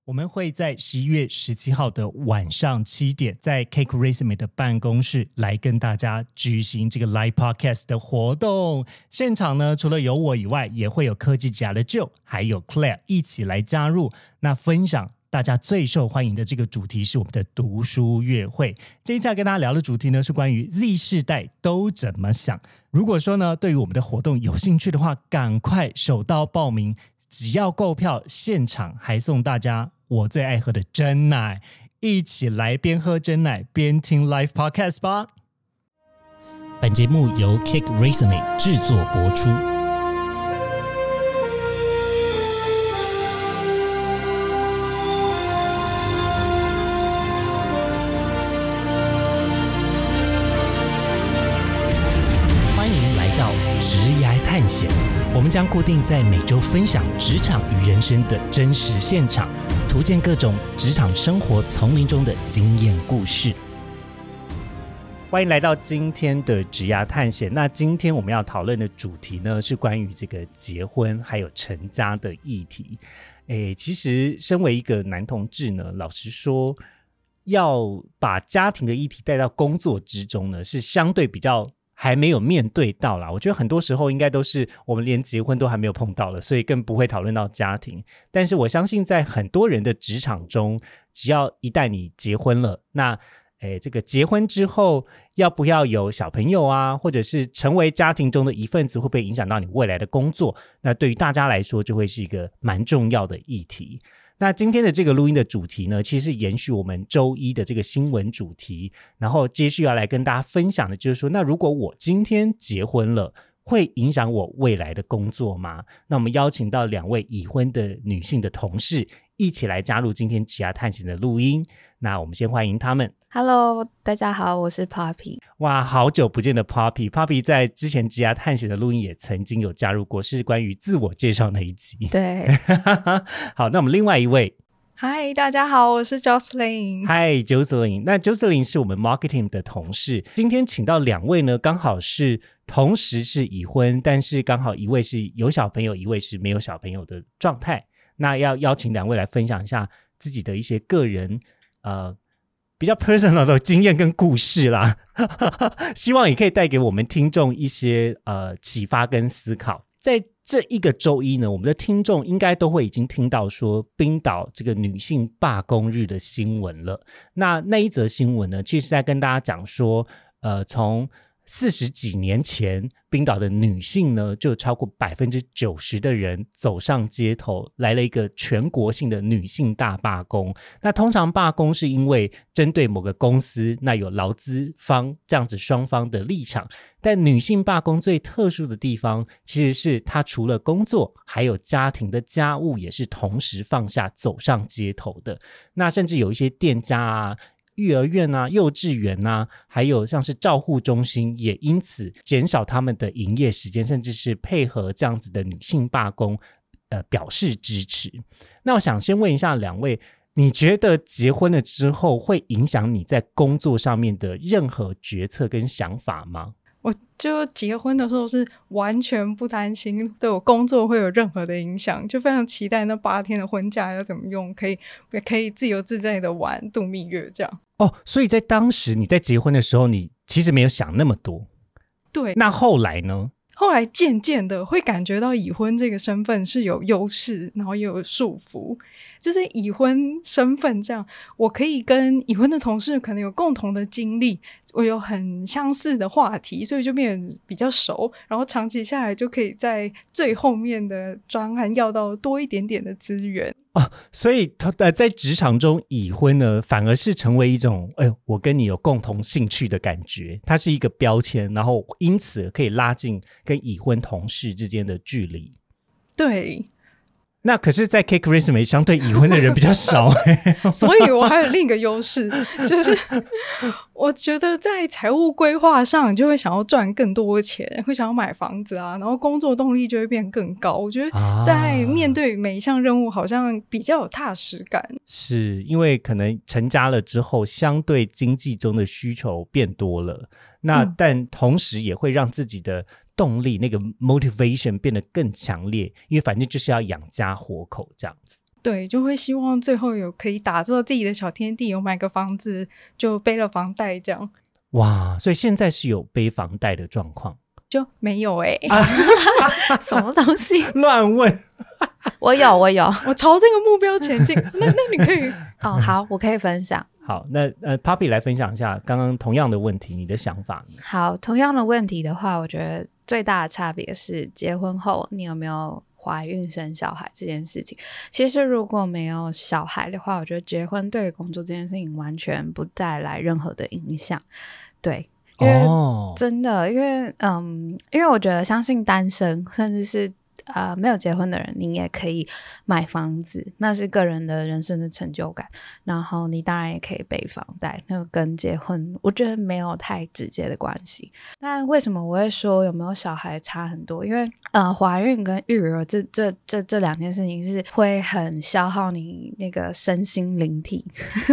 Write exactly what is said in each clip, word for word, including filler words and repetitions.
我们会在十一月十七号的晚上七点，在 Cake Resume 的办公室来跟大家举行这个 Live Podcast 的活动。现场呢，除了有我以外，也会有科技甲的 Joe 还有 Claire 一起来加入，那分享大家最受欢迎的这个主题是我们的读书月会。这一次要跟大家聊的主题呢，是关于 Z 世代都怎么想。如果说呢，对于我们的活动有兴趣的话，赶快手到报名，只要购票，现场还送大家我最爱喝的珍奶，一起来边喝珍奶边听 Live Podcast 吧。本节目由 Cake Resume 制作播出。欢迎来到职涯探险，我们将固定在每周分享职场与人生的真实现场，图鉴各种职场生活丛林中的经验故事。欢迎来到今天的职涯探险。那今天我们要讨论的主题呢，是关于这个结婚还有成家的议题。诶，其实身为一个男同志呢，老实说，要把家庭的议题带到工作之中呢，是相对比较还没有面对到啦。我觉得很多时候应该都是我们连结婚都还没有碰到了，所以更不会讨论到家庭。但是我相信在很多人的职场中，只要一旦你结婚了，那诶这个结婚之后要不要有小朋友啊，或者是成为家庭中的一份子，会不会影响到你未来的工作，那对于大家来说就会是一个蛮重要的议题。那今天的这个录音的主题呢，其实是延续我们周一的这个新闻主题，然后接续要来跟大家分享的就是说，那如果我今天结婚了，会影响我未来的工作吗？那我们邀请到两位已婚的女性的同事一起来加入今天职涯探险的录音。那我们先欢迎他们。 Hello， 大家好，我是 Poppy。 哇，好久不见的 Poppy Poppy 在之前职涯探险的录音也曾经有加入过，是关于自我介绍那一集。 对好，那我们另外一位。 嗨，大家好，我是 Jocelyn。 嗨 Jocelyn， 那 Jocelyn 是我们 marketing 的同事。今天请到两位呢，刚好是同时是已婚，但是刚好一位是有小朋友，一位是没有小朋友的状态。那要邀请两位来分享一下自己的一些个人呃比较 personal 的经验跟故事啦希望也可以带给我们听众一些呃启发跟思考。在这一个周一呢，我们的听众应该都会已经听到说冰岛这个女性罢工日的新闻了。那那一则新闻呢，其实在跟大家讲说呃，从四十几年前，冰岛的女性呢，就超过百分之九十的人走上街头，来了一个全国性的女性大罢工。那通常罢工是因为针对某个公司，那有劳资方这样子双方的立场。但女性罢工最特殊的地方，其实是她除了工作，还有家庭的家务也是同时放下走上街头的。那甚至有一些店家啊，幼儿园啊、幼稚园啊，还有像是照护中心，也因此减少他们的营业时间，甚至是配合这样子的女性罢工呃，表示支持。那我想先问一下两位，你觉得结婚了之后会影响你在工作上面的任何决策跟想法吗？ 我就结婚的时候是完全不担心对我工作会有任何的影响，就非常期待那八天的婚假要怎么用，可以可以自由自在的玩度蜜月这样。 哦，所以在当时你在结婚的时候，你其实没有想那么多。 对。 那后来呢？ 后来渐渐的会感觉到已婚这个身份是有优势，然后也有束缚。就是已婚身份这样，我可以跟已婚的同事可能有共同的经历，我有很相似的话题，所以就变得比较熟，然后长期下来就可以在最后面的专案要到多一点点的资源。 哦，所以呃，在职场中已婚呢，反而是成为一种哎，我跟你有共同兴趣的感觉，它是一个标签，然后因此可以拉近跟已婚同事之间的距离。 对。 那可是在 Cake Resume 相对已婚的人比较少所以我还有另一个优势，就是我觉得在财务规划上，你就会想要赚更多钱，会想要买房子啊，然后工作动力就会变更高。我觉得在面对每一项任务好像比较有踏实感。啊， 是因为可能成家了之后，相对经济中的需求变多了，那、嗯、但同时也会让自己的动力那个 motivation 变得更强烈，因为反正就是要养家活口这样子。 对，就会希望最后有可以打造自己的小天地，有买个房子，就背了房贷这样。 哇，所以现在是有背房贷的状况？ 就没有哎、欸啊，什么东西？ 乱问。 我有，我有， 我朝这个目标前进。那那你可以哦，好，我可以分享。 好，那呃 ，Poppy 来分享一下刚刚同样的问题，你的想法呢？ 好，同样的问题的话，我觉得最大的差别是结婚后你有没有怀孕生小孩这件事情。其实如果没有小孩的话，我觉得结婚对于工作这件事情完全不带来任何的影响。对，因为真的，因为嗯，因为我觉得相信单身甚至是呃没有结婚的人，你也可以买房子，那是个人的人生的成就感。然后你当然也可以背房贷，那跟结婚我觉得没有太直接的关系。但为什么我会说有没有小孩差很多？因为呃怀孕跟育儿这这这这两件事情是会很消耗你那个身心灵体。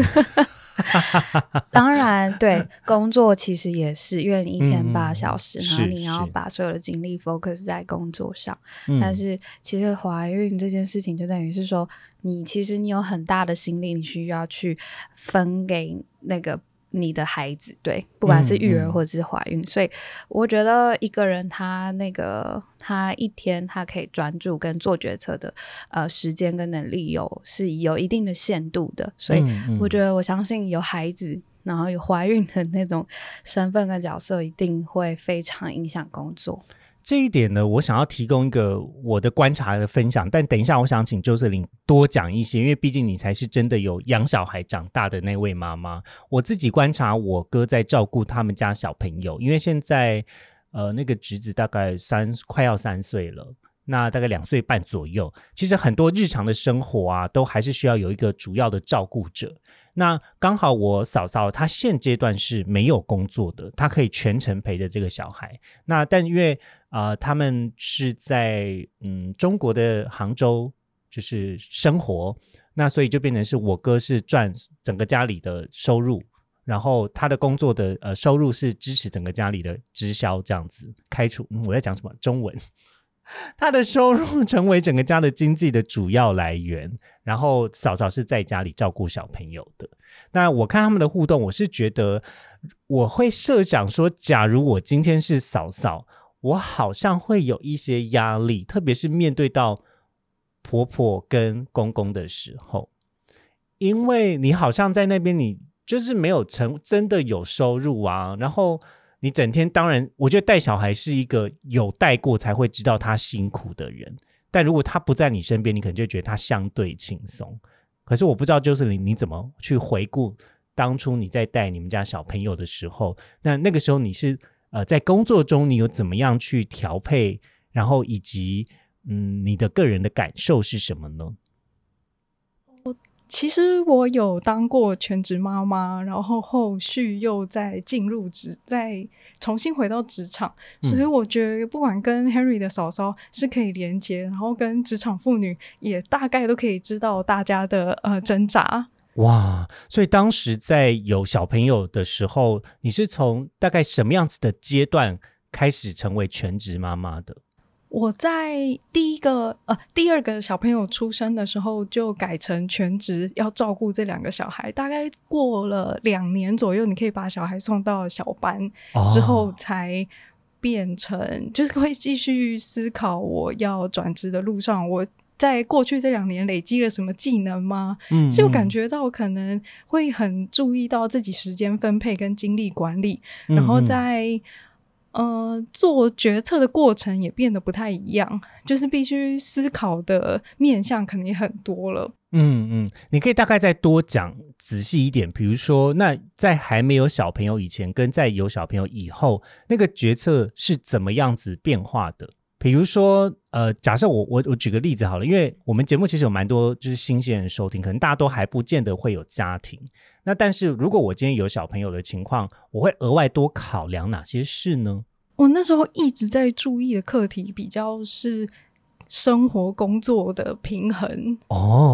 当然对，工作其实也是，因为你一天八小时、嗯、然后你要把所有的精力 focus 在工作上。但是其实怀孕这件事情就等于是说你其实你有很大的心力你需要去分给那个你的孩子，对，不管是育儿或者是怀孕、嗯嗯、所以我觉得一个人他那个他一天他可以专注跟做决策的呃时间跟能力有是有一定的限度的，所以我觉得我相信有孩子然后有怀孕的那种身份跟角色一定会非常影响工作。 这一点呢，我想要提供一个我的观察的分享，但等一下我想请Jocelyn多讲一些，因为毕竟你才是真的有养小孩长大的那位妈妈。我自己观察我哥在照顾他们家小朋友，因为现在呃那个侄子大概三快要三岁了，那大概两岁半左右，其实很多日常的生活啊都还是需要有一个主要的照顾者。那刚好我嫂嫂她现阶段是没有工作的，她可以全程陪着这个小孩。那但因为呃他们是在嗯中国的杭州就是生活，那所以就变成是我哥是赚整个家里的收入，然后他的工作的呃收入是支持整个家里的支销，这样子开除、嗯、我在讲什么中文他的收入成为整个家的经济的主要来源，然后嫂嫂是在家里照顾小朋友的。那我看他们的互动，我是觉得我会设想说，假如我今天是嫂嫂，我好像会有一些压力，特别是面对到婆婆跟公公的时候，因为你好像在那边你就是没有成真的有收入啊，然后你整天，当然我觉得带小孩是一个有带过才会知道他辛苦的人，但如果他不在你身边，你可能就觉得他相对轻松。可是我不知道就是你你怎么去回顾当初你在带你们家小朋友的时候，那那个时候你是呃在工作中你有怎么样去调配，然后以及嗯你的个人的感受是什么呢？ 其实我有当过全职妈妈，然后后续又再进入职，再重新回到职场、嗯、所以我觉得不管跟 Henry 的嫂嫂是可以连接，然后跟职场妇女也大概都可以知道大家的呃挣扎。 哇，所以当时在有小朋友的时候，你是从大概什么样子的阶段开始成为全职妈妈的？ 我在第一个呃第二个小朋友出生的时候就改成全职，要照顾这两个小孩，大概过了两年左右，你可以把小孩送到小班、哦、之后才变成就是会继续思考我要转职的路上，我在过去这两年累积了什么技能吗？嗯，是有感觉到可能会很注意到自己时间分配跟精力管理，嗯嗯然后在呃，做决策的过程也变得不太一样，就是必须思考的面向可能也很多了。 嗯嗯，你可以大概再多讲仔细一点，比如说那在还没有小朋友以前跟在有小朋友以后，那个决策是怎么样子变化的？比如说呃，假设我我我举个例子好了，因为我们节目其实有蛮多就是新鲜人收听，可能大家都还不见得会有家庭，那但是如果我今天有小朋友的情况，我会额外多考量哪些事呢？ 我那时候一直在注意的课题比较是生活工作的平衡。 哦，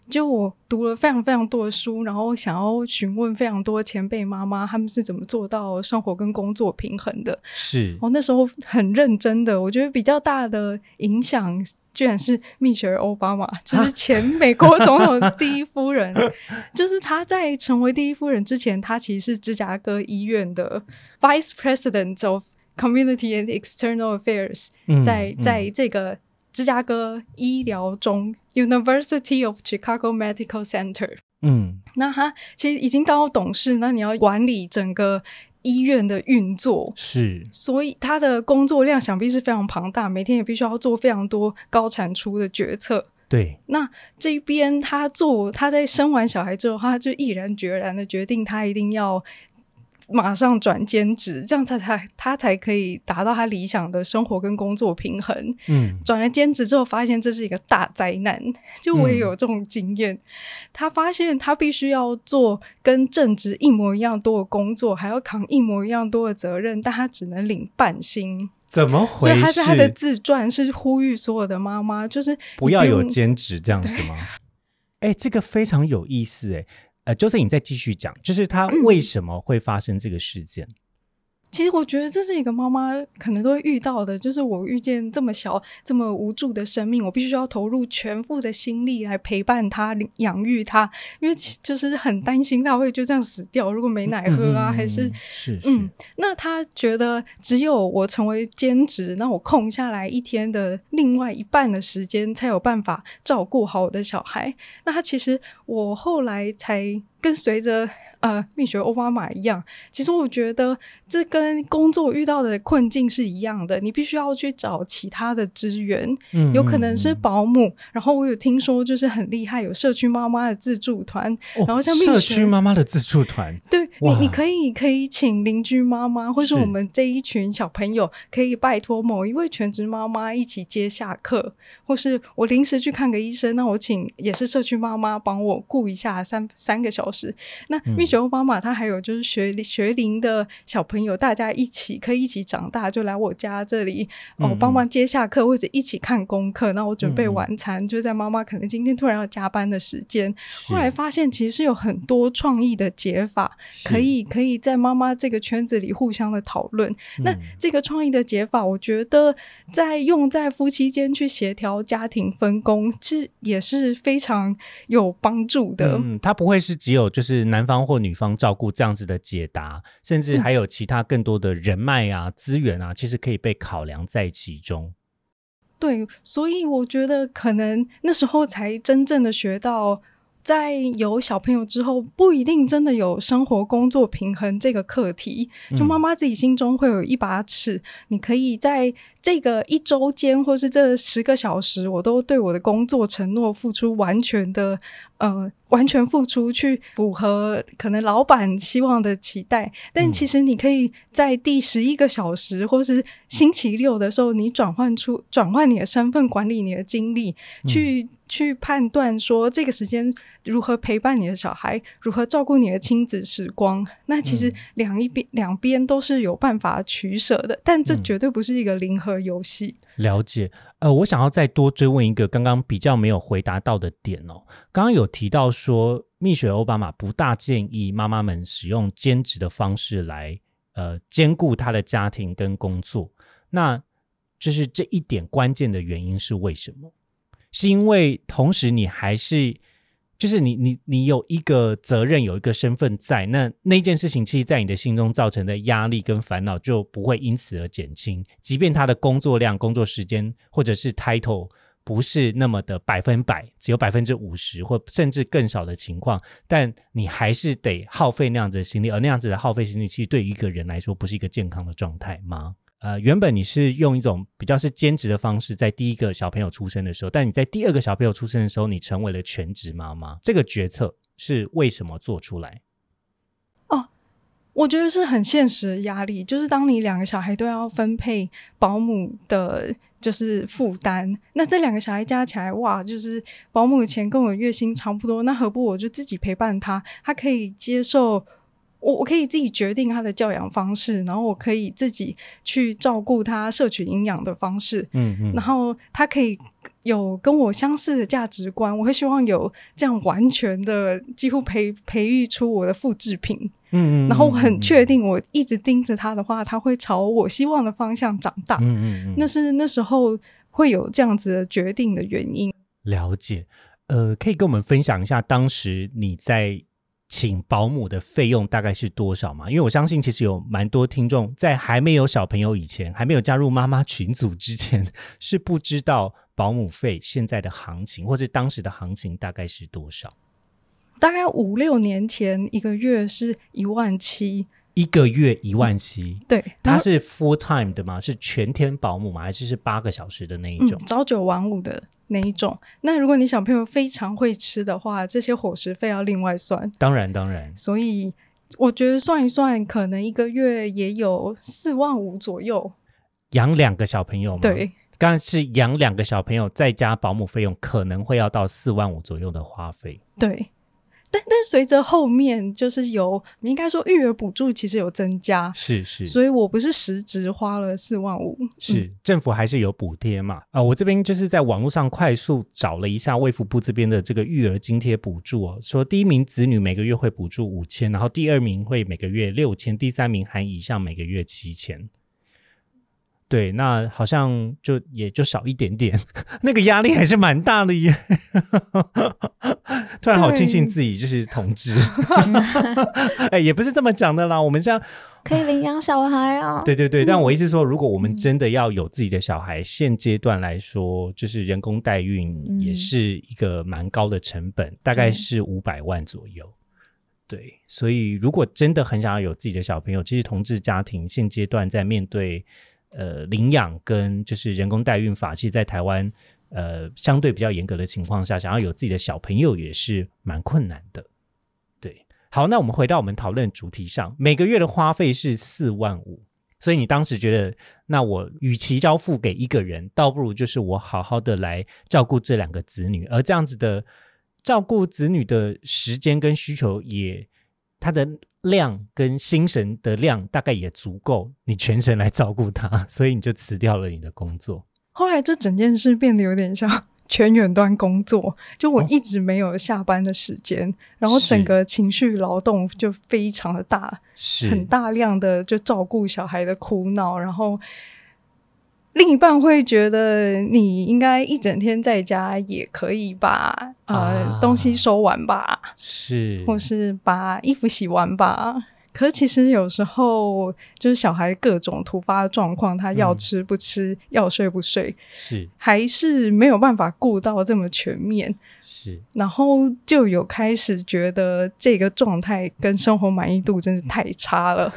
就我读了非常非常多的书，然后想要询问非常多前辈妈妈他们是怎么做到生活跟工作平衡的。 是我那时候很认真的，我觉得比较大的影响居然是蜜雪儿奥巴马，就是前美国总统第一夫人就是她在成为第一夫人之前，她其实是芝加哥医院的 Vice President of Community and External Affairs、嗯、在在这个芝加哥医疗中 University of Chicago Medical Center。 嗯，那他其实已经当到董事，那你要管理整个医院的运作， 是， 所以他的工作量想必是非常庞大，每天也必须要做非常多高产出的决策。 对， 那这边他做他在生完小孩之后，他就毅然决然的决定他一定要马上转兼职，这样他才他才可以达到他理想的生活跟工作平衡。嗯，转了兼职之后发现这是一个大灾难，就我也有这种经验、嗯、他发现他必须要做跟正职一模一样多的工作，还要扛一模一样多的责任，但他只能领半薪。 怎么回事？ 所以他在他的自传是呼吁所有的妈妈就是不要有兼职这样子吗？哎、欸，这个非常有意思。哎，呃 Josie 你再继续讲，就是他为什么会发生这个事件、嗯、 其实我觉得这是一个妈妈可能都会遇到的，就是我遇见这么小这么无助的生命，我必须要投入全副的心力来陪伴他养育他，因为就是很担心他会就这样死掉，如果没奶喝啊、嗯、还是是是嗯，那他觉得只有我成为兼职，那我空下来一天的另外一半的时间才有办法照顾好我的小孩。那他其实我后来才跟随着呃蜜雪奥巴马一样，其实我觉得这跟工作遇到的困境是一样的，你必须要去找其他的资源、嗯、有可能是保姆、嗯、然后我有听说就是很厉害有社区妈妈的自助团、哦、然后像蜜雪社区妈妈的自助团， 对，你你可以可以请邻居妈妈，或是我们这一群小朋友可以拜托某一位全职妈妈一起接下课，或是我临时去看个医生，那我请也是社区妈妈帮我顾一下三三个小时。那蜜雪奥巴马他还有就是学学龄的小朋友，大家一起可以一起长大，就来我家这里哦帮忙接下课，或者一起看功课，那我准备晚餐、嗯、就在妈妈可能今天突然要加班的时间，后来发现其实是有很多创意的解法可以可以在妈妈这个圈子里互相的讨论、嗯、那这个创意的解法我觉得在用在夫妻间去协调家庭分工是也是非常有帮助的。 嗯，它不会是只有就是男方或女方照顾这样子的解答，甚至还有其他更多的人脉啊、资源啊，其实可以被考量在其中。 对，所以我觉得可能那时候才真正的学到，在有小朋友之后不一定真的有生活工作平衡这个课题，就妈妈自己心中会有一把尺、嗯、你可以在这个一周间或是这十个小时我都对我的工作承诺付出完全的呃，完全付出去符合可能老板希望的期待，但其实你可以在第十一个小时或是星期六的时候你转换出转换你的身份，管理你的精力、嗯、去去判断说这个时间如何陪伴你的小孩，如何照顾你的亲子时光，那其实两一边、嗯、两边都是有办法取舍的，但这绝对不是一个零和游戏、 嗯、了解。呃，我想要再多追问一个刚刚比较没有回答到的点哦。刚刚有提到说蜜雪奥巴马不大建议妈妈们使用兼职的方式来呃兼顾她的家庭跟工作，那就是这一点关键的原因是为什么？是因为同时你还是就是你你你有一个责任，有一个身份在，那那件事情其实在你的心中造成的压力跟烦恼就不会因此而减轻，即便他的工作量、工作时间或者是 title 不是那么的百分百，只有百分之五十或甚至更少的情况，但你还是得耗费那样子的心力，而那样子的耗费心力其实对于一个人来说不是一个健康的状态吗？呃，原本你是用一种比较是兼职的方式在第一个小朋友出生的时候，但你在第二个小朋友出生的时候你成为了全职妈妈，这个决策是为什么做出来？ 哦，我觉得是很现实的压力，就是当你两个小孩都要分配保姆的就是负担，那这两个小孩加起来哇，就是保姆的钱跟我月薪差不多，那何不我就自己陪伴他，他可以接受我我可以自己决定他的教养方式，然后我可以自己去照顾他摄取营养的方式，嗯嗯，然后他可以有跟我相似的价值观，我会希望有这样完全的几乎培培育出我的复制品。嗯嗯，然后我很确定我一直盯着他的话，他会朝我希望的方向长大。嗯嗯嗯，那是那时候会有这样子的决定的原因。 了解。呃，可以跟我们分享一下当时你在请保姆的费用大概是多少吗？因为我相信其实有蛮多听众在还没有小朋友以前，还没有加入妈妈群组之前，是不知道保姆费现在的行情或是当时的行情大概是多少。 大概五六年前一个月是一万七， 一个月一万七、嗯、 对， 它是 full time 的吗？是全天保姆吗？还是是八个小时的那一种、 嗯、朝九晚五的那一种。那如果你小朋友非常会吃的话，这些伙食费要另外算。 当然当然， 所以我觉得算一算可能一个月也有四万五左右。 养两个小朋友吗？ 对， 刚才是养两个小朋友再加保姆费用可能会要到四万五左右的花费。 对，但但随着后面就是有应该说育儿补助其实有增加， 是是， 所以我不是实质花了四万五， 是、 嗯、 政府还是有补贴嘛？啊、呃，我这边就是在网络上快速找了一下卫福部这边的这个育儿津贴补助哦，说第一名子女每个月会补助五千，然后第二名会每个月六千，第三名含以上每个月七千。对，那好像就也就少一点点，那个压力还是蛮大的耶。突然好庆幸自己就是同志。哎，也不是这么讲的啦，我们这样可以领养小孩啊。 对对对，但我意思说，如果我们真的要有自己的小孩，现阶段来说，就是人工代孕也是一个蛮高的成本，大概是五百万左右。对，所以如果真的很想要有自己的小朋友，其实同志家庭现阶段在面对呃，领养跟就是人工代孕法，其实在台湾呃相对比较严格的情况下，想要有自己的小朋友也是蛮困难的。对，好，那我们回到我们讨论主题上，每个月的花费是四万五，所以你当时觉得，那我与其交付给一个人，倒不如就是我好好的来照顾这两个子女，而这样子的照顾子女的时间跟需求也，它的量跟心神的量大概也足够你全神来照顾他，所以你就辞掉了你的工作。 后来这整件事变得有点像全远端工作，就我一直没有下班的时间、哦、然后整个情绪劳动就非常的大，是很大量的就照顾小孩的哭闹，然后另一半会觉得你应该一整天在家也可以把呃、啊、东西收完吧， 是， 或是把衣服洗完吧。可是其实有时候就是小孩各种突发的状况，他要吃不吃、嗯、要睡不睡， 是还是没有办法顾到这么全面。 是， 然后就有开始觉得这个状态跟生活满意度真是太差了。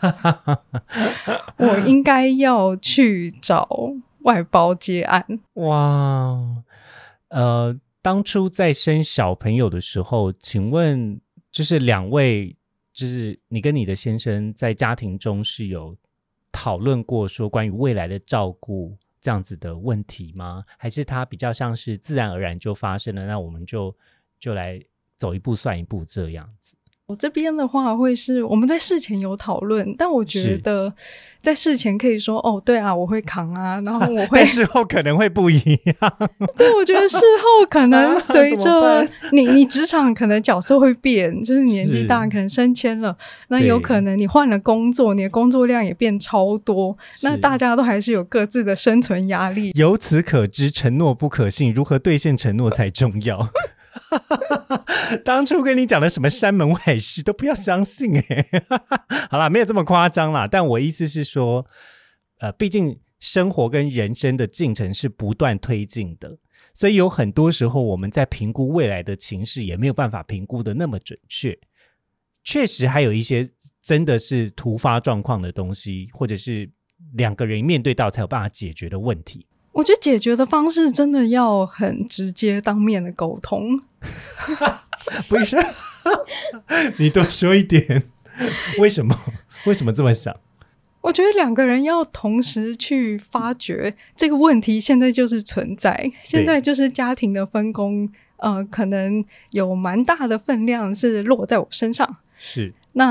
我应该要去找外包接案。 哇，呃，当初在生小朋友的时候，请问就是两位，就是你跟你的先生在家庭中是有讨论过说关于未来的照顾这样子的问题吗？还是它比较像是自然而然就发生了，那我们就就来走一步算一步这样子？ 我这边的话会是我们在事前有讨论，但我觉得在事前可以说哦对啊我会扛啊，然后我会但事后可能会不一样。 对，我觉得事后可能随着你你职场可能角色会变，就是年纪大可能升迁了，那有可能你换了工作，你的工作量也变超多，那大家都还是有各自的生存压力。 由此可知，承诺不可信，如何兑现承诺才重要。当初跟你讲的什么山盟海誓都不要相信欸。好啦，没有这么夸张啦，但我意思是说呃，毕竟生活跟人生的进程是不断推进的，所以有很多时候我们在评估未来的情势也没有办法评估的那么准确。确实还有一些真的是突发状况的东西，或者是两个人面对到才有办法解决的问题。 我觉得解决的方式真的要很直接当面的沟通。 不是你多说一点，为什么为什么这么想？ 我觉得两个人要同时去发觉这个问题现在就是存在，现在就是家庭的分工呃，可能有蛮大的分量是落在我身上， 是， 那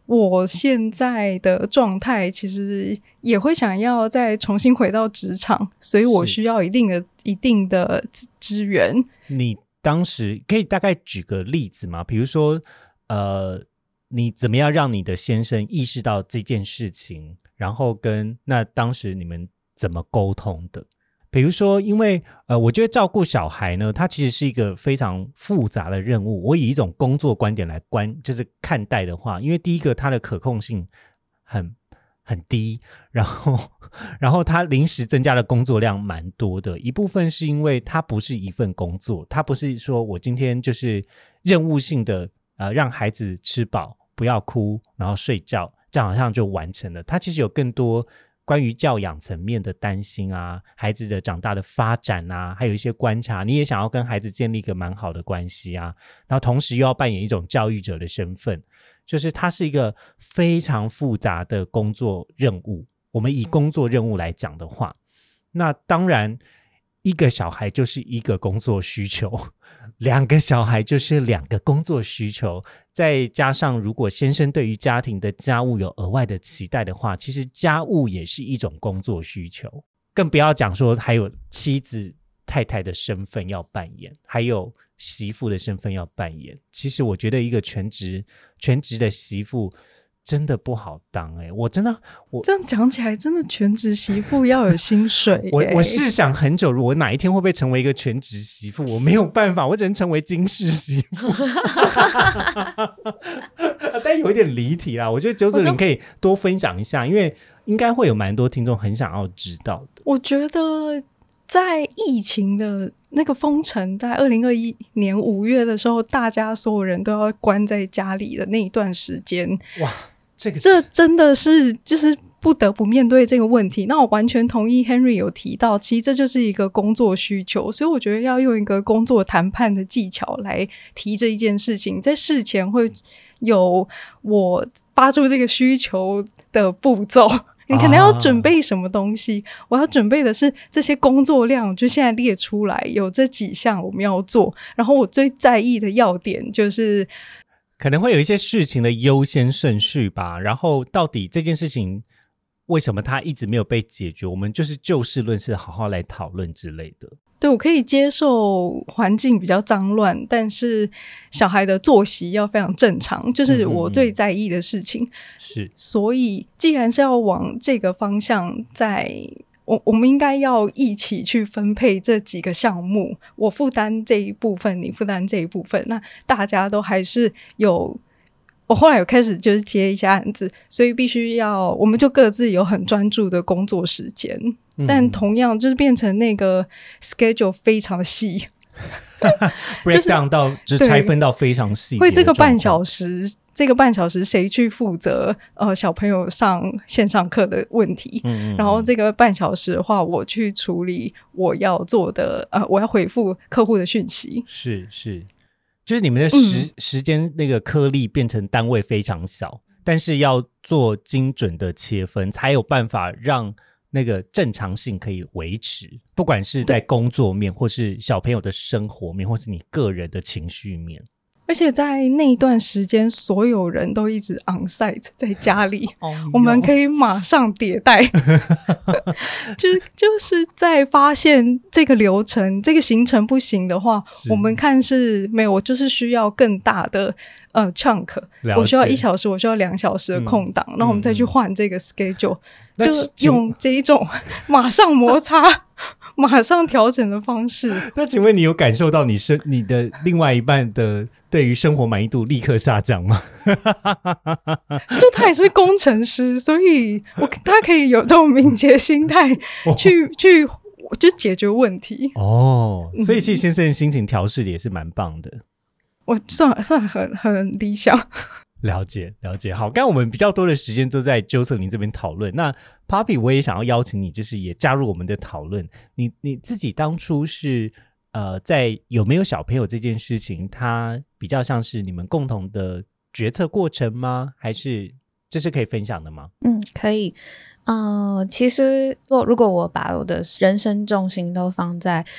我现在的状态其实也会想要再重新回到职场，所以我需要一定的一定的资源。 你当时可以大概举个例子吗？比如说呃，你怎么样让你的先生意识到这件事情，然后跟那当时你们怎么沟通的？比如说因为呃，我觉得照顾小孩呢，它其实是一个非常复杂的任务。我以一种工作观点来观就是看待的话，因为第一个它的可控性很很低，然后然后它临时增加的工作量蛮多的。一部分是因为它不是一份工作，它不是说我今天就是任务性的呃让孩子吃饱不要哭然后睡觉，这样好像就完成了。它其实有更多关于教养层面的担心啊，孩子的长大的发展啊，还有一些观察，你也想要跟孩子建立一个蛮好的关系啊，然后同时又要扮演一种教育者的身份，就是它是一个非常复杂的工作任务。我们以工作任务来讲的话，那当然一个小孩就是一个工作需求，两个小孩就是两个工作需求，再加上如果先生对于家庭的家务有额外的期待的话，其实家务也是一种工作需求，更不要讲说还有妻子太太的身份要扮演，还有媳妇的身份要扮演。其实我觉得一个全职全职的媳妇真的不好当。欸，我真的我这样讲起来真的全职媳妇要有薪水。欸、 我我试想很久，我哪一天会不会成为一个全职媳妇？我没有办法，我只能成为金氏媳妇。但有一点离题啦，我觉得九子玲可以多分享一下，因为应该会有蛮多听众很想要知道的。 我觉得在疫情的那个封城，在二零二一年五月的时候，大家所有人都要关在家里的那一段时间，哇，这个这真的是就是不得不面对这个问题。那我完全同意 Henry 有提到，其实这就是一个工作需求，所以我觉得要用一个工作谈判的技巧来提这一件事情，在事前会有我发出这个需求的步骤。你可能要准备什么东西、啊、我要准备的是这些工作量，就现在列出来有这几项我们要做，然后我最在意的要点就是可能会有一些事情的优先顺序吧，然后到底这件事情为什么它一直没有被解决，我们就是就事论事好好来讨论之类的。 对，我可以接受环境比较脏乱，但是小孩的作息要非常正常，就是我最在意的事情。 是、嗯嗯， 所以既然是要往这个方向在我我们应该要一起去分配这几个项目，我负担这一部分，你负担这一部分，那大家都还是有，我后来有开始就是接一下案子，所以必须要我们就各自有很专注的工作时间、嗯、但同样就是变成那个 schedule 非常的细 break down 到就是拆分到非常细， 会这个半小时这个半小时谁去负责呃小朋友上线上课的问题、嗯嗯嗯，然后这个半小时的话我去处理我要做的呃我要回复客户的讯息。 是是，就是你们的时、嗯、时间那个颗粒变成单位非常小，但是要做精准的切分，才有办法让那个正常性可以维持，不管是在工作面或是小朋友的生活面或是你个人的情绪面。 而且在那一段时间所有人都一直 on site 在家里、oh, 我们可以马上迭代就是就是在发现这个流程这个行程不行的话，我们看是没有，我就是需要更大的呃 chunk， 我需要一小时我需要两小时的空档，然、嗯、后我们再去换这个 schedule、嗯、就用这一种马上摩擦马上调整的方式。 那请问你有感受到你生你的另外一半的对于生活满意度立刻下降吗？ 就他也是工程师，所以我他可以有这种敏捷心态去、哦、去就解决问题。 哦，所以其实先生的心情调试的也是蛮棒的。 我算算很很理想。 了解了解。好，刚刚我们比较多的时间都在Jocelyn这边讨论，那 Poppy 我也想要邀请你就是也加入我们的讨论。你你自己当初是呃在有没有小朋友这件事情，它比较像是你们共同的决策过程吗？还是这是可以分享的吗？ 嗯，可以。呃，其实如果我把我的人生重心都放在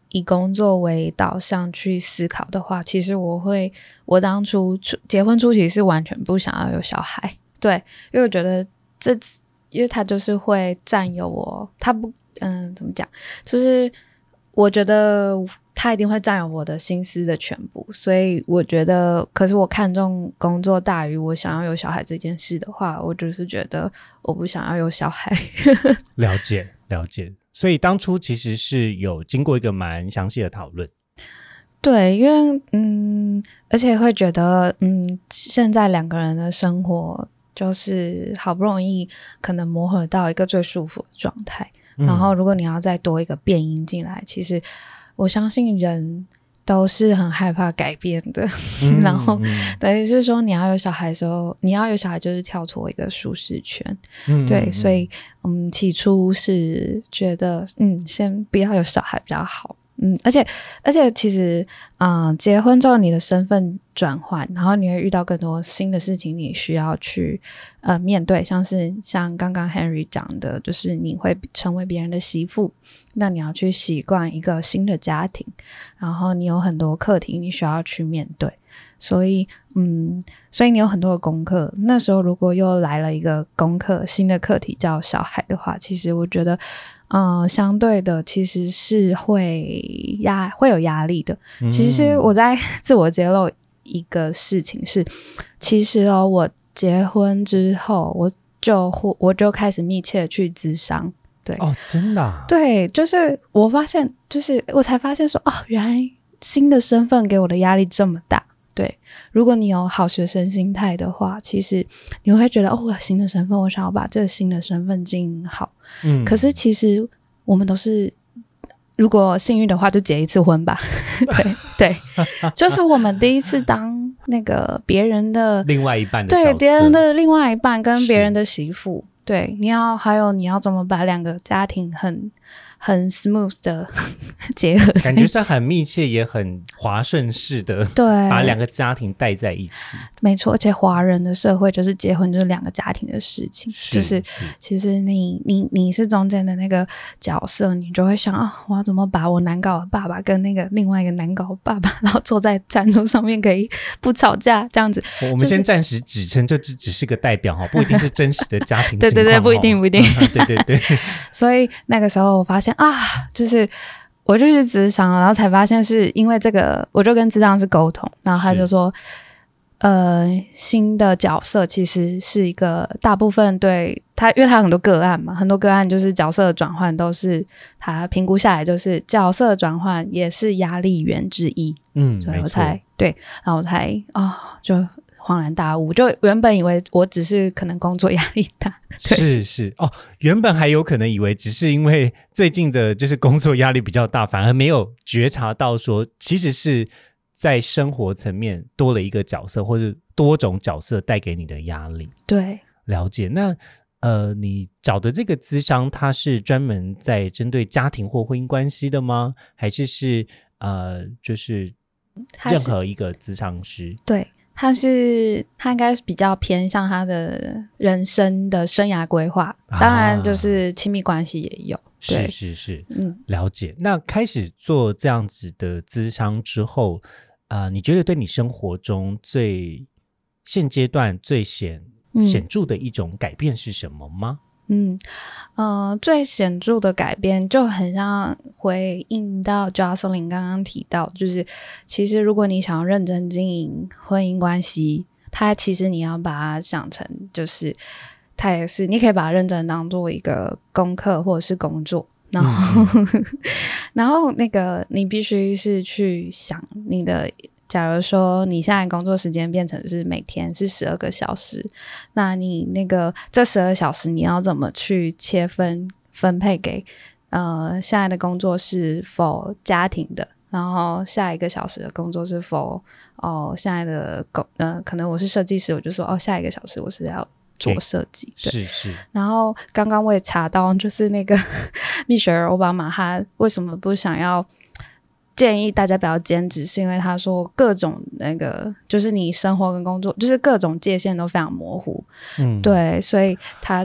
以工作为导向去思考的话，其实我会，我当初结婚初期是完全不想要有小孩，对，因为我觉得这，因为他就是会占有我，他不，嗯，怎么讲，就是我觉得他一定会占有我的心思的全部，所以我觉得，可是我看重工作大于我想要有小孩这件事的话，我就是觉得我不想要有小孩。 了解了解，所以当初其实是有经过一个蛮详细的讨论。 对，因为嗯，而且会觉得嗯，现在两个人的生活就是好不容易可能磨合到一个最舒服的状态，嗯，然后如果你要再多一个变因进来，其实我相信人都是很害怕改变的，嗯，然后等于是说你要有小孩的时候，你要有小孩就是跳脱一个舒适圈，嗯，对，所以嗯，起初是觉得嗯，先不要有小孩比较好。嗯，而且而且其实嗯、呃，结婚之后你的身份转换，然后你会遇到更多新的事情，你需要去呃面对，像是像刚刚 Henry 讲的，就是你会成为别人的媳妇，那你要去习惯一个新的家庭，然后你有很多课题你需要去面对，所以嗯，所以你有很多的功课，那时候如果又来了一个功课，新的课题叫小孩的话，其实我觉得嗯，相对的其实是会压会有压力的，嗯，其实我在自我揭露一个事情是，其实哦，我结婚之后我就我就开始密切的去咨商。对哦，真的啊？ 对，就是我发现就是我才发现说哦，原来新的身份给我的压力这么大。对，如果你有好学生心态的话，其实你会觉得哦，我有新的身份，我想要把这个新的身份经营好。嗯，可是其实我们都是，如果幸运的话，就结一次婚吧。对对，就是我们第一次当那个别人的另外一半的角色， 对，别人的另外一半跟别人的媳妇。对，你要还有你要怎么把两个家庭很很 smooth 的结合， 感觉上很密切也很滑顺式的， 对， 把两个家庭带在一起。 没错，而且华人的社会就是结婚就是两个家庭的事情，是就是其实你你你是中间的那个角色，你就会想啊，我要怎么把我难搞的爸爸跟那个另外一个难搞的爸爸，然后坐在餐桌上面可以不吵架这样子。 我们先暂时指称就只只是个代表，不一定是真实的家庭情况。 对对对，不一定不一定。 对对对。 所以那个时候我发现啊，就是我就去咨商了，然后才发现是因为这个，我就跟咨商师沟通，然后他就说呃，新的角色其实是一个大部分对他，因为他有很多个案嘛，很多个案就是角色的转换都是他评估下来，就是角色转换也是压力源之一。嗯，所以我才对，然后我才哦，就恍然大悟，就原本以为我只是可能工作压力大， 是是哦，原本还有可能以为只是因为最近的就是工作压力比较大，反而没有觉察到说其实是在生活层面多了一个角色，或者多种角色带给你的压力。 对， 了解。那呃，你找的这个咨商，它是专门在针对家庭或婚姻关系的吗？还是是呃，就是任何一个咨商师？ 对。他是他应该是比较偏向他的人生的生涯规划，当然就是亲密关系也有。 是是是，嗯，了解。那开始做这样子的咨商之后，呃，你觉得对你生活中最现阶段最显、嗯、显著的一种改变是什么吗？ 嗯，呃，最显著的改变就很像回应到 Jocelyn 刚刚提到，就是其实如果你想要认真经营婚姻关系，它其实你要把它想成就是它也是你可以把它认真当做一个功课或者是工作，然后、嗯、然后那个你必须是去想你的，假如说你现在工作时间变成是每天是十二个小时，那你那个这十二小时你要怎么去切分分配给呃现在的工作是否家庭的，然后下一个小时的工作是否哦现在的工呃可能我是设计师，我就说哦下一个小时我是要做设计， 对，是是。 然后刚刚我也查到，就是那个蜜雪儿奥巴马他为什么不想要建议大家不要兼职，是因为他说各种那个就是你生活跟工作就是各种界限都非常模糊，嗯，对，所以他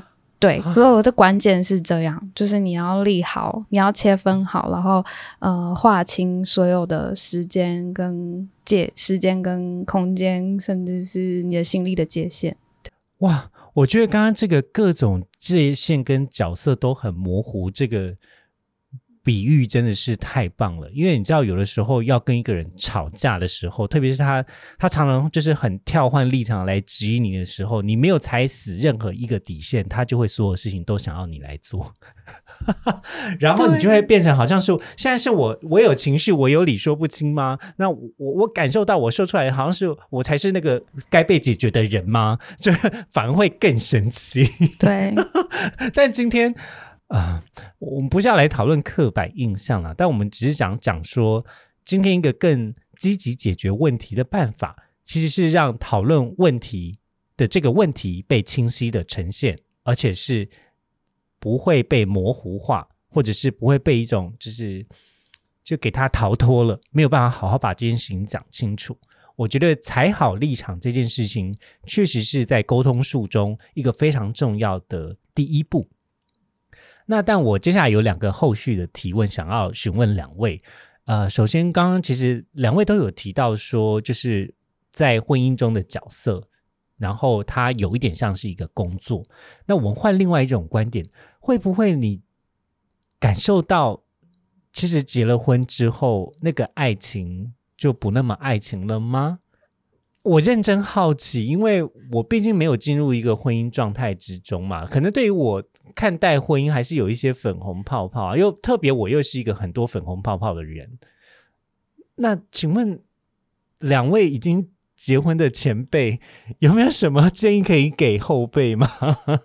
对，所以我的关键是这样，就是你要立好，你要切分好，然后呃划清所有的时间跟界时间跟空间，甚至是你的心力的界限。 哇，我觉得刚刚这个各种界限跟角色都很模糊，这个比喻真的是太棒了。因为你知道有的时候要跟一个人吵架的时候，特别是他他常常就是很跳换立场来质疑你的时候，你没有踩死任何一个底线，他就会所有事情都想要你来做然后你就会变成好像是现在是我我有情绪，我有理说不清吗？那我我感受到我说出来好像是我才是那个该被解决的人吗？就反而会更生气对但今天啊、呃，我们不是要来讨论刻板印象啦，但我们只是想讲说，今天一个更积极解决问题的办法，其实是让讨论问题的这个问题被清晰的呈现，而且是不会被模糊化，或者是不会被一种就是就给他逃脱了，没有办法好好把这件事情讲清楚。我觉得踩好立场这件事情，确实是在沟通术中一个非常重要的第一步。那但我接下来有两个后续的提问想要询问两位。呃，首先刚刚其实两位都有提到说，就是在婚姻中的角色，然后它有一点像是一个工作。那我们换另外一种观点，会不会你感受到其实结了婚之后那个爱情就不那么爱情了吗？我认真好奇，因为我毕竟没有进入一个婚姻状态之中嘛，可能对于我看待婚姻还是有一些粉红泡泡、啊、又特别我又是一个很多粉红泡泡的人。那请问两位已经结婚的前辈有没有什么建议可以给后辈吗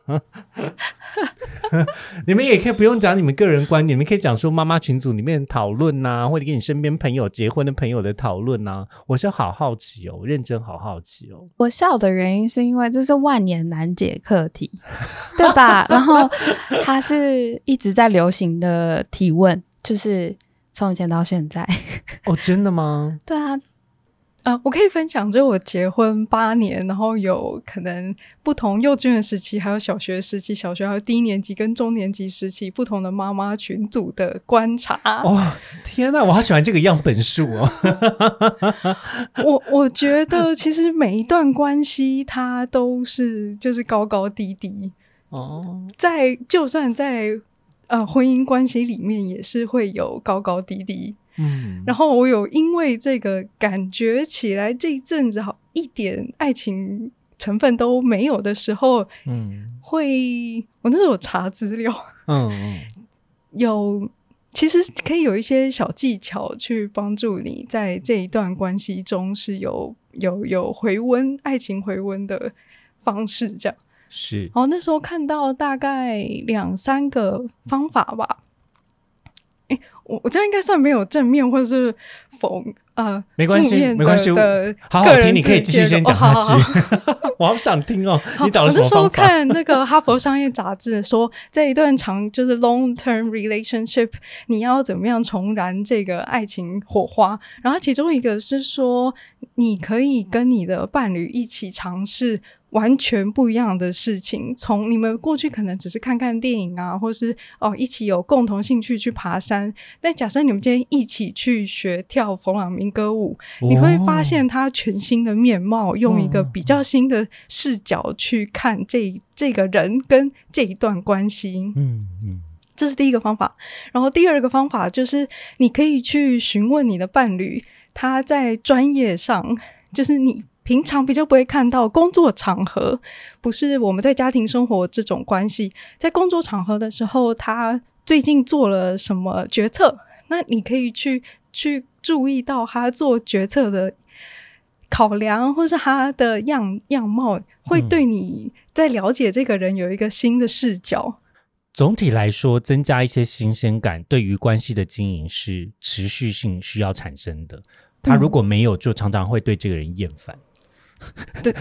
你们也可以不用讲你们个人观点，你们可以讲说妈妈群组里面讨论啊，或者跟你身边朋友结婚的朋友的讨论啊。我是好好奇哦，我认真好好奇哦。 我笑的原因是因为这是万年难解课题对吧？然后它是一直在流行的提问，就是从以前到现在哦，真的吗？ 对啊， 呃，我可以分享，就是我结婚八年，然后有可能不同幼稚园时期，还有小学时期，小学还有低年级跟中年级时期不同的妈妈群组的观察。 哦，天哪，我好喜欢这个样本数哦我我觉得其实每一段关系它都是就是高高低低哦，在就算在呃婚姻关系里面也是会有高高低低。嗯，然后我有因为这个感觉起来这一阵子好一点爱情成分都没有的时候，嗯，会我那时候有查资料，嗯嗯，有其实可以有一些小技巧去帮助你在这一段关系中是有有有回温爱情回温的方式，这样是。然后那时候看到大概两三个方法吧。诶我我这样应该算没有正面或者是否呃没关系没关系，好好听，你可以继续先讲下去、哦、好好好我好想听哦。你找了什么方法？我那时候看那个哈佛商业杂志说，这一段长就是 long term relationship 你要怎么样重燃这个爱情火花，然后其中一个是说你可以跟你的伴侣一起尝试完全不一样的事情，从你们过去可能只是看看电影啊，或是哦一起有共同兴趣去爬山，但假设你们今天一起去学跳佛朗明哥舞、哦、你会发现他全新的面貌，用一个比较新的视角去看这这个人跟这一段关系。嗯嗯，这是第一个方法。然后第二个方法就是你可以去询问你的伴侣，他在专业上就是你平常比较不会看到工作场合，不是我们在家庭生活这种关系，在工作场合的时候他最近做了什么决策，那你可以去去注意到他做决策的考量，或是他的样样貌，会对你在了解这个人有一个新的视角、嗯、 总体来说增加一些新鲜感对于关系的经营是持续性需要产生的，他如果没有就常常会对这个人厌烦。对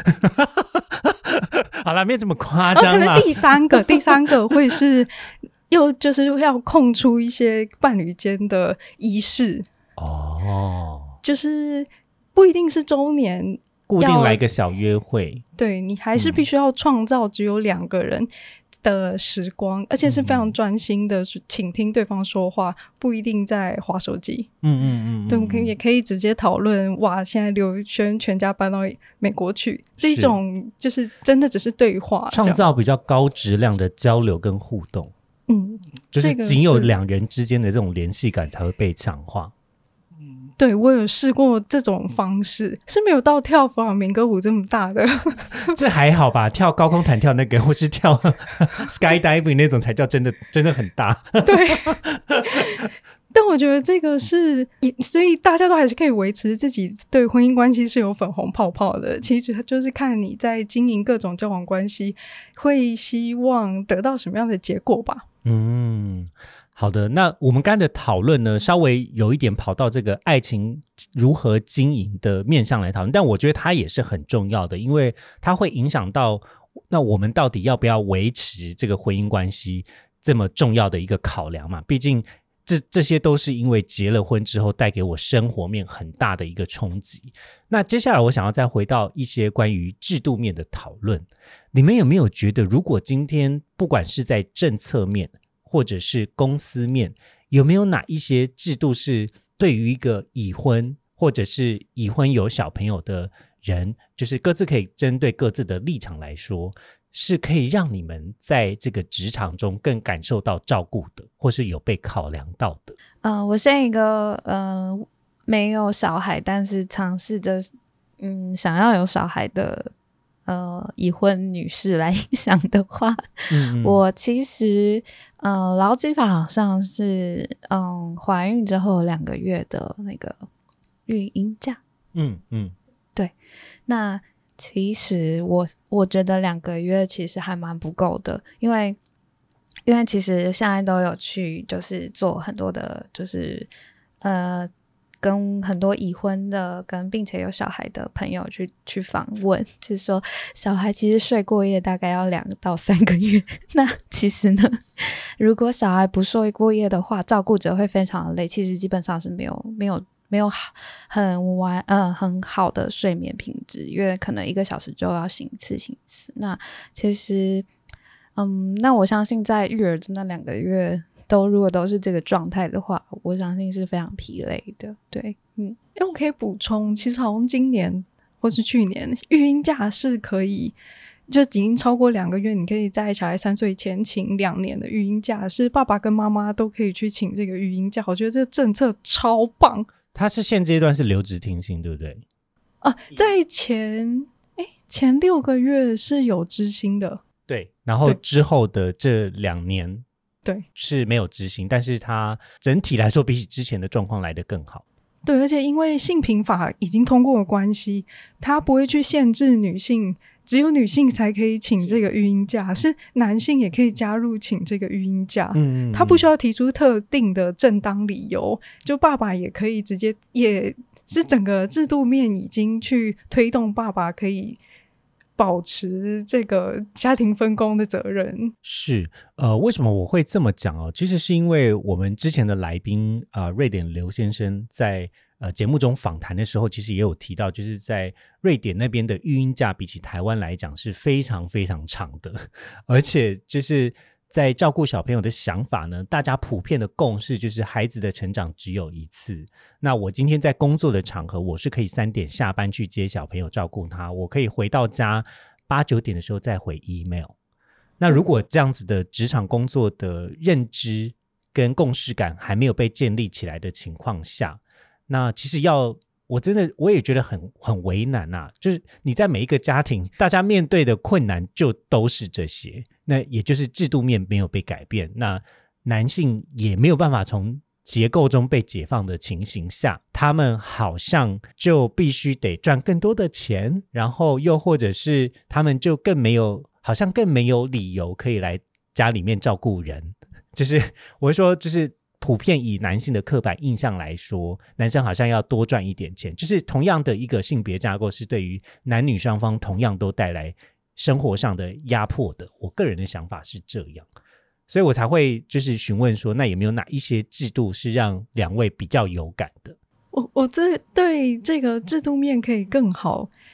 好啦，没有这么夸张啦、 哦、可能第三个第三个会是又就是要空出一些伴侣间的仪式哦，就是不一定是周年固定来个小约会， 对，你还是必须要创造只有两个人的时光、嗯、而且是非常专心的倾听对方说话，不一定在滑手机。 嗯嗯嗯， 对，我们也可以直接讨论哇现在刘轩全家搬到美国去，这种就是真的只是对话， 创造比较高质量的交流跟互动。 嗯， 就是仅有两人之间的这种联系感才会被强化。 对，我有试过这种方式，是没有到跳弗朗明哥舞这么大的这还好吧，跳高空弹跳那个或是跳 skydiving 那种才叫真的真的很大。 对但我觉得这个是，所以大家都还是可以维持自己对婚姻关系是有粉红泡泡的，其实就是看你在经营各种交往关系会希望得到什么样的结果吧。 嗯，好的，那我们刚才的讨论呢，稍微有一点跑到这个爱情如何经营的面向来讨论，但我觉得它也是很重要的，因为它会影响到那我们到底要不要维持这个婚姻关系这么重要的一个考量嘛，毕竟这这些都是因为结了婚之后带给我生活面很大的一个冲击。那接下来我想要再回到一些关于制度面的讨论，你们有没有觉得如果今天不管是在政策面或者是公司面，有没有哪一些制度是对于一个已婚或者是已婚有小朋友的人，就是各自可以针对各自的立场来说，是可以让你们在这个职场中更感受到照顾的，或是有被考量到的？ 呃，我是一个呃没有小孩，但是尝试着嗯想要有小孩的呃已婚女士来想的话，嗯嗯我其实呃劳基法好像是嗯怀孕之后两个月的那个育婴假，嗯嗯，对，那。其实我我觉得两个月其实还蛮不够的，因为因为其实现在都有去就是做很多的就是呃跟很多已婚的跟并且有小孩的朋友去去访问，就是说小孩其实睡过夜大概要两到三个月，那其实呢如果小孩不睡过夜的话，照顾者会非常的累，其实基本上是没有没有没有很完呃很好的睡眠品质，因为可能一个小时就要醒一次醒一次。那其实嗯，那我相信在育儿的那两个月都如果都是这个状态的话，我相信是非常疲累的。对，嗯， 我可以补充，其实好像今年或是去年育婴假是可以就已经超过两个月，你可以在小孩三岁前请两年的育婴假，是爸爸跟妈妈都可以去请这个育婴假，我觉得这个政策超棒。 它是现阶段是留职停薪对不对？ 啊，在前诶前六个月是有支薪的， 对，然后之后的这两年对是没有执行，但是它整体来说比起之前的状况来得更好。 对，而且因为性平法已经通过的关系，它不会去限制女性，只有女性才可以请这个育婴假，是男性也可以加入请这个育婴假。嗯，他不需要提出特定的正当理由，就爸爸也可以直接，也是整个制度面已经去推动爸爸可以保持这个家庭分工的责任。 是呃，为什么我会这么讲哦？其实是因为我们之前的来宾啊、呃，瑞典刘先生在呃节目中访谈的时候，其实也有提到，就是在瑞典那边的育婴假比起台湾来讲是非常非常长的，而且就是在照顾小朋友的想法呢，大家普遍的共识就是孩子的成长只有一次。那我今天在工作的场合，我是可以三点下班去接小朋友照顾他，我可以回到家八九点的时候再回 email。 那如果这样子的职场工作的认知跟共识感还没有被建立起来的情况下，那其实要我真的我也觉得很很为难啊，就是你在每一个家庭大家面对的困难就都是这些，那也就是制度面没有被改变，那男性也没有办法从结构中被解放的情形下，他们好像就必须得赚更多的钱，然后又或者是他们就更没有好像更没有理由可以来家里面照顾人，就是我会说就是普遍以男性的刻板印象来说，男生好像要多赚一点钱，就是同样的一个性别架构是对于男女双方同样都带来生活上的压迫的，我个人的想法是这样，所以我才会就是询问说，那有没有哪一些制度是让两位比较有感的？ 我我这对这个制度面可以更好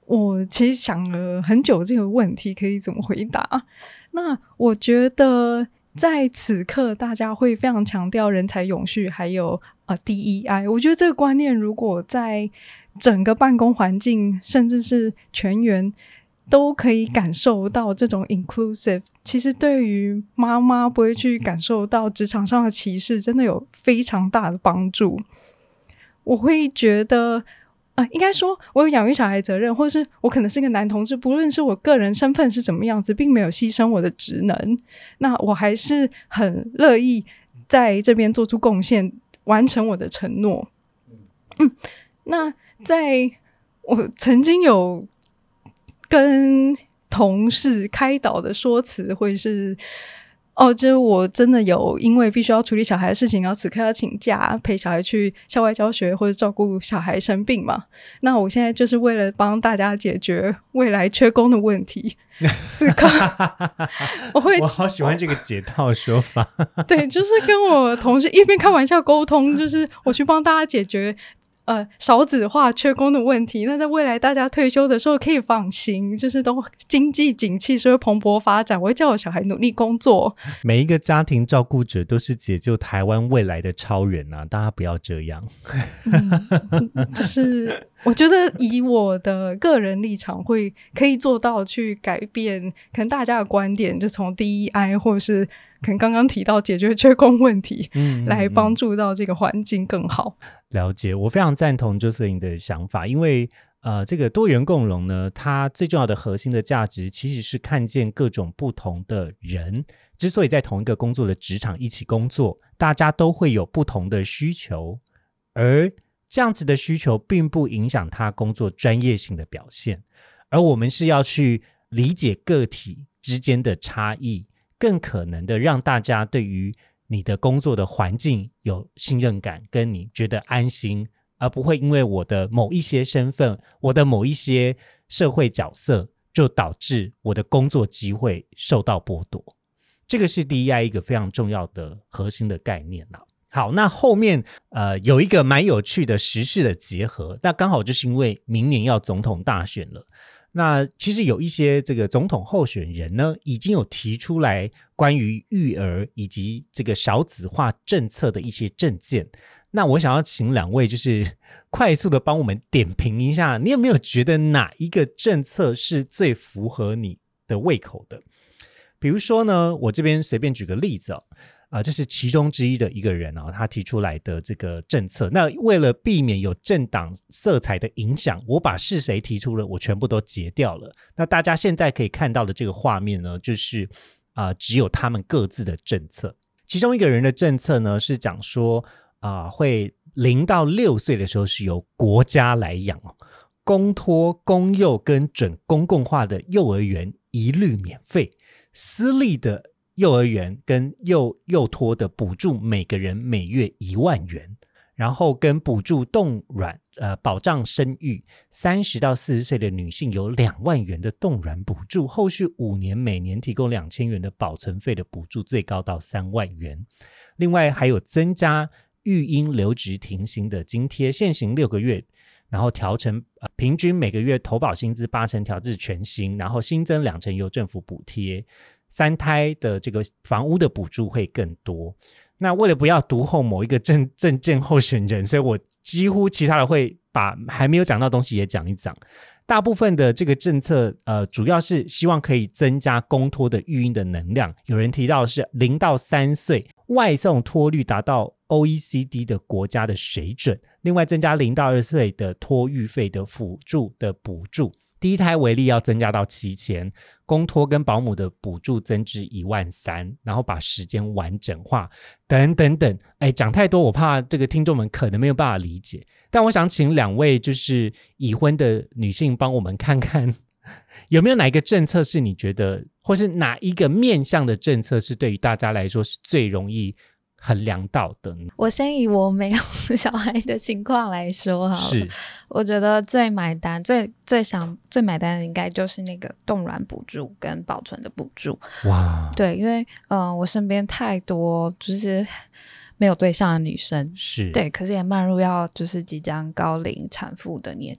我其实想了很久这个问题可以怎么回答。那我觉得在此刻大家会非常强调人才永续还有呃 D E I， 我觉得这个观念如果在整个办公环境甚至是全员都可以感受到这种 inclusive， 其实对于妈妈不会去感受到职场上的歧视真的有非常大的帮助。我会觉得呃，应该说我有养育小孩责任，或是我可能是个男同志，不论是我个人身份是怎么样子，并没有牺牲我的职能，那我还是很乐意在这边做出贡献，完成我的承诺。嗯，那在我曾经有跟同事开导的说辞会是哦，就是我真的有因为必须要处理小孩的事情，然后此刻要请假陪小孩去校外教学或者照顾小孩生病嘛，那我现在就是为了帮大家解决未来缺工的问题此刻我会我好喜欢这个解套说法对，就是跟我同事一边开玩笑沟通，就是我去帮大家解决呃，少子化缺工的问题，那在未来大家退休的时候可以放心，就是都经济景气是会蓬勃发展，我会叫我小孩努力工作。 每一个家庭照顾者都是解救台湾未来的超人啊，大家不要这样、 嗯、就是我觉得以我的个人立场会可以做到去改变可能大家的观点，就从 D E I 或是可能刚刚提到解决缺工问题、嗯嗯嗯、来帮助到这个环境更好。 了解，我非常赞同 Jocelyn 的想法，因为呃，这个多元共融呢，它最重要的核心的价值其实是看见各种不同的人之所以在同一个工作的职场一起工作，大家都会有不同的需求，而这样子的需求并不影响他工作专业性的表现，而我们是要去理解个体之间的差异，更可能的让大家对于你的工作的环境有信任感，跟你觉得安心，而不会因为我的某一些身份，我的某一些社会角色，就导致我的工作机会受到剥夺。这个是 D E I 一个非常重要的核心的概念啦。好，那后面呃有一个蛮有趣的时事的结合，那刚好就是因为明年要总统大选了，那其实有一些这个总统候选人呢，已经有提出来关于育儿以及这个少子化政策的一些政见。那我想要请两位就是快速的帮我们点评一下，你有没有觉得哪一个政策是最符合你的胃口的？比如说呢，我这边随便举个例子哦。呃，这是其中之一的一个人哦，他提出来的这个政策。那为了避免有政党色彩的影响，我把是谁提出了我全部都截掉了。那大家现在可以看到的这个画面呢，就是呃，只有他们各自的政策。其中一个人的政策呢，是讲说啊、呃，会零到六岁的时候是由国家来养哦，公托、公幼跟准公共化的幼儿园一律免费，私立的幼儿园跟幼幼托的补助每个人每月一万元，然后跟补助冻卵呃保障生育，三十到四十岁的女性有两万元的冻卵补助，后续五年每年提供两千元的保存费的补助，最高到三万元。另外还有增加育婴留职停薪的津贴，现行六个月，然后调成、呃、平均每个月投保薪资八成调至全薪，然后新增两成由政府补贴。三胎的这个房屋的补助会更多。那为了不要独后某一个政政见候选人，所以我几乎其他的会把还没有讲到的东西也讲一讲。大部分的这个政策呃，主要是希望可以增加公托的育婴的能量。有人提到是零到三岁外送托率达到 O E C D 的国家的水准，另外增加零到二岁的托育费的辅助的补助，第一胎为例要增加到七千，公托跟保姆的补助增至一万三，然后把时间完整化等等等。哎，讲太多我怕这个听众们可能没有办法理解，但我想请两位就是已婚的女性帮我们看看有没有哪一个政策是你觉得，或是哪一个面向的政策是对于大家来说是最容易衡量到的呢？ 我先以我没有小孩的情况来说好了，是我觉得最买单最最想最买单的应该就是那个冻卵补助跟保存的补助。哇，对，因为呃我身边太多就是没有对象的女生，是对，可是也迈入要就是即将高龄产妇的年纪。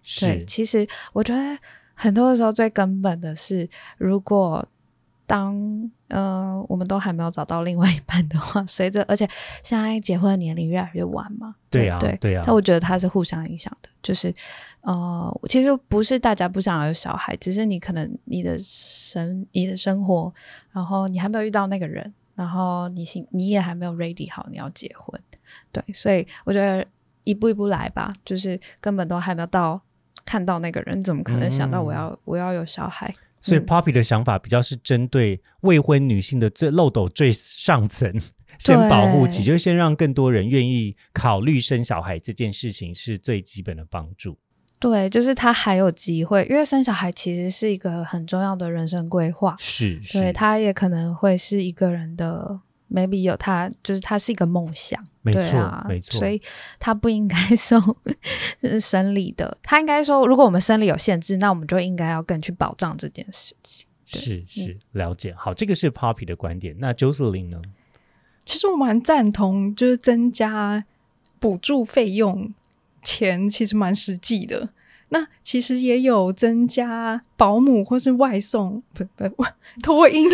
对，其实我觉得很多的时候最根本的是，如果当呃我们都还没有找到另外一半的话，随着而且现在结婚的年龄越来越晚嘛， 对啊对对啊， 但我觉得它是互相影响的，就是呃其实不是大家不想有小孩，只是你可能你的生你的生活，然后你还没有遇到那个人，然后你你也还没有 ready 好你要结婚，对，所以我觉得一步一步来吧，就是根本都还没有到看到那个人，怎么可能想到我要、嗯、我要有小孩？ 所以 Poppy 的想法比较是针对未婚女性的最漏斗最上层先保护起，就先让更多人愿意考虑生小孩这件事情是最基本的帮助。 对，就是他还有机会，因为生小孩其实是一个很重要的人生规划， 是是， 对，他也可能会是一个人的 maybe 有他就是他是一个梦想， 没错、 啊、 没错， 所以他不应该受生理的，他应该说如果我们生理有限制，那我们就应该要更去保障这件事情。 是是、嗯、了解。好，这个是 Poppy 的观点。那 Jocelyn 呢？ 其实我蛮赞同就是增加补助费用，钱其实蛮实际的。那其实也有增加保姆或是外送不不托婴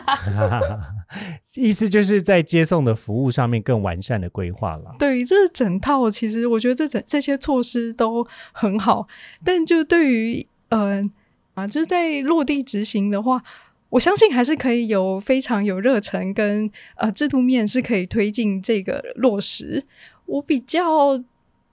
意思就是在接送的服务上面更完善的规划了。 对，这整套其实我觉得这整这些措施都很好，但就对于呃啊就是在落地执行的话，我相信还是可以有非常有热忱跟呃制度面是可以推进这个落实。我比较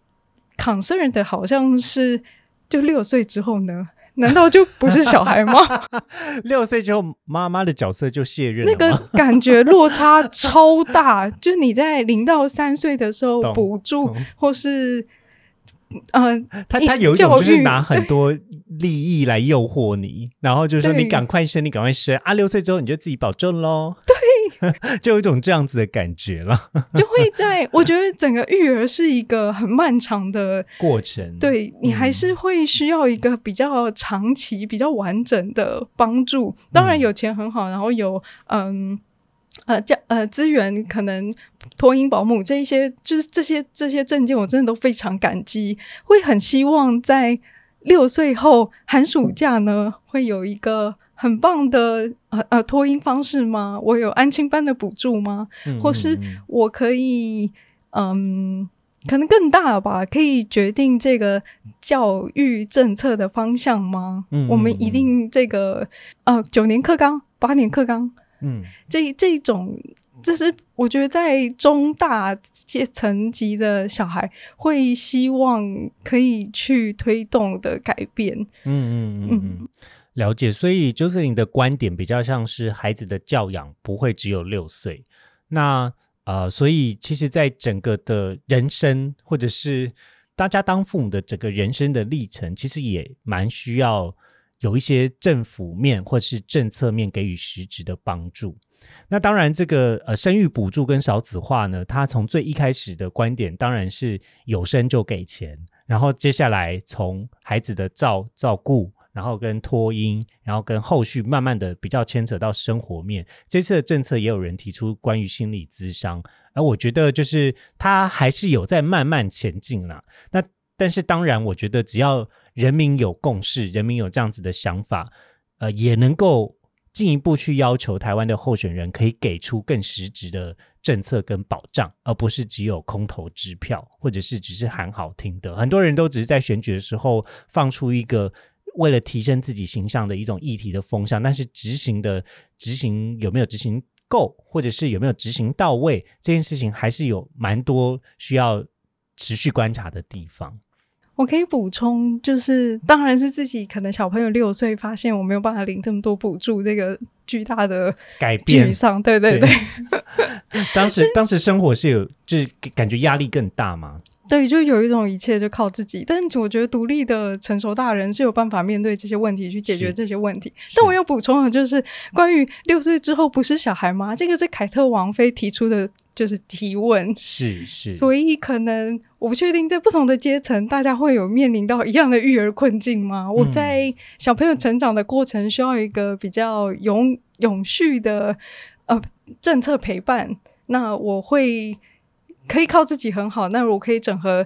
concern 的好像是就六岁之后呢，难道就不是小孩吗？ 六岁之后妈妈的角色就卸任了吗？ 那个感觉落差超大就你在零到三岁的时候补助或是呃， 他他有一种就是拿很多利益来诱惑你，然后就说你赶快生你赶快生啊，六岁之后你就自己保重咯。对就有一种这样子的感觉了就会在我觉得整个育儿是一个很漫长的过程， 对，你还是会需要一个比较长期比较完整的帮助。当然有钱很好，然后有嗯呃呃资源，可能托婴保姆这一些，就是这些这些证件我真的都非常感激，会很希望在六岁后寒暑假呢会有一个很棒的呃呃托婴方式吗？我有安亲班的补助吗？嗯、或是我可以嗯可能更大吧，可以决定这个教育政策的方向吗？嗯、我们一定这个呃九年课纲八年课纲，嗯，这这种这是我觉得在中大阶层级的小孩会希望可以去推动的改变。 嗯嗯嗯嗯，了解。所以Jocelyn的观点比较像是孩子的教养不会只有六岁，那呃，所以其实在整个的人生或者是大家当父母的整个人生的历程，其实也蛮需要有一些政府面或是政策面给予实质的帮助。那当然这个呃生育补助跟少子化呢，它从最一开始的观点当然是有生就给钱，然后接下来从孩子的照照顾，然后跟托婴，然后跟后续慢慢的比较牵扯到生活面。这次的政策也有人提出关于心理咨商，而我觉得就是它还是有在慢慢前进啦。那但是当然我觉得只要人民有共识，人民有这样子的想法，呃，也能够进一步去要求台湾的候选人可以给出更实质的政策跟保障，而不是只有空头支票，或者是只是喊好听的。很多人都只是在选举的时候放出一个为了提升自己形象的一种议题的风向，但是执行的执行有没有执行够，或者是有没有执行到位，这件事情还是有蛮多需要持续观察的地方。 我可以补充，就是当然是自己可能小朋友六岁发现我没有办法领这么多补助，这个巨大的改变沮丧，对对对。 当时当时生活是有就是感觉压力更大吗？ 对，就有一种一切就靠自己，但我觉得独立的成熟大人是有办法面对这些问题，去解决这些问题。但我要补充的就是关于六岁之后不是小孩吗？这个是凯特王妃提出的就是提问， 是是，所以可能我不确定在不同的阶层大家会有面临到一样的育儿困境吗？我在小朋友成长的过程需要一个比较永永续的呃政策陪伴，那我会可以靠自己很好，那我可以整合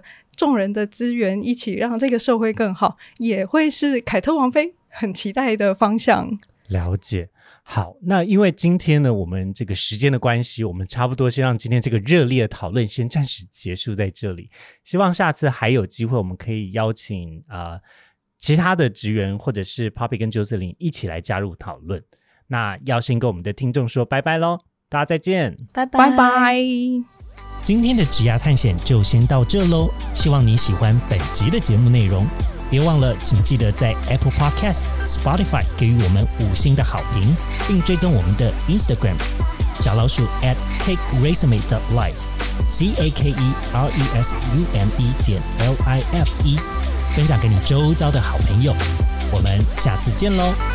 众人的资源一起让这个社会更好，也会是凯特王妃很期待的方向。 了解。好，那因为今天呢我们这个时间的关系，我们差不多先让今天这个热烈的讨论先暂时结束在这里，希望下次还有机会我们可以邀请呃其他的职员或者是 Poppy 跟 Jocelyn 一起来加入讨论。那要先跟我们的听众说拜拜咯，大家再见， 拜拜拜拜。 今天的职涯探险就先到这咯，希望你喜欢本集的节目内容，别忘了请记得在 Apple Podcast、Spotify 给予我们五星的好评，并追踪我们的 Instagram 小老鼠 at take resume dot life C A K E R E S U M E 点 L I F E， 分享给你周遭的好朋友。我们下次见咯。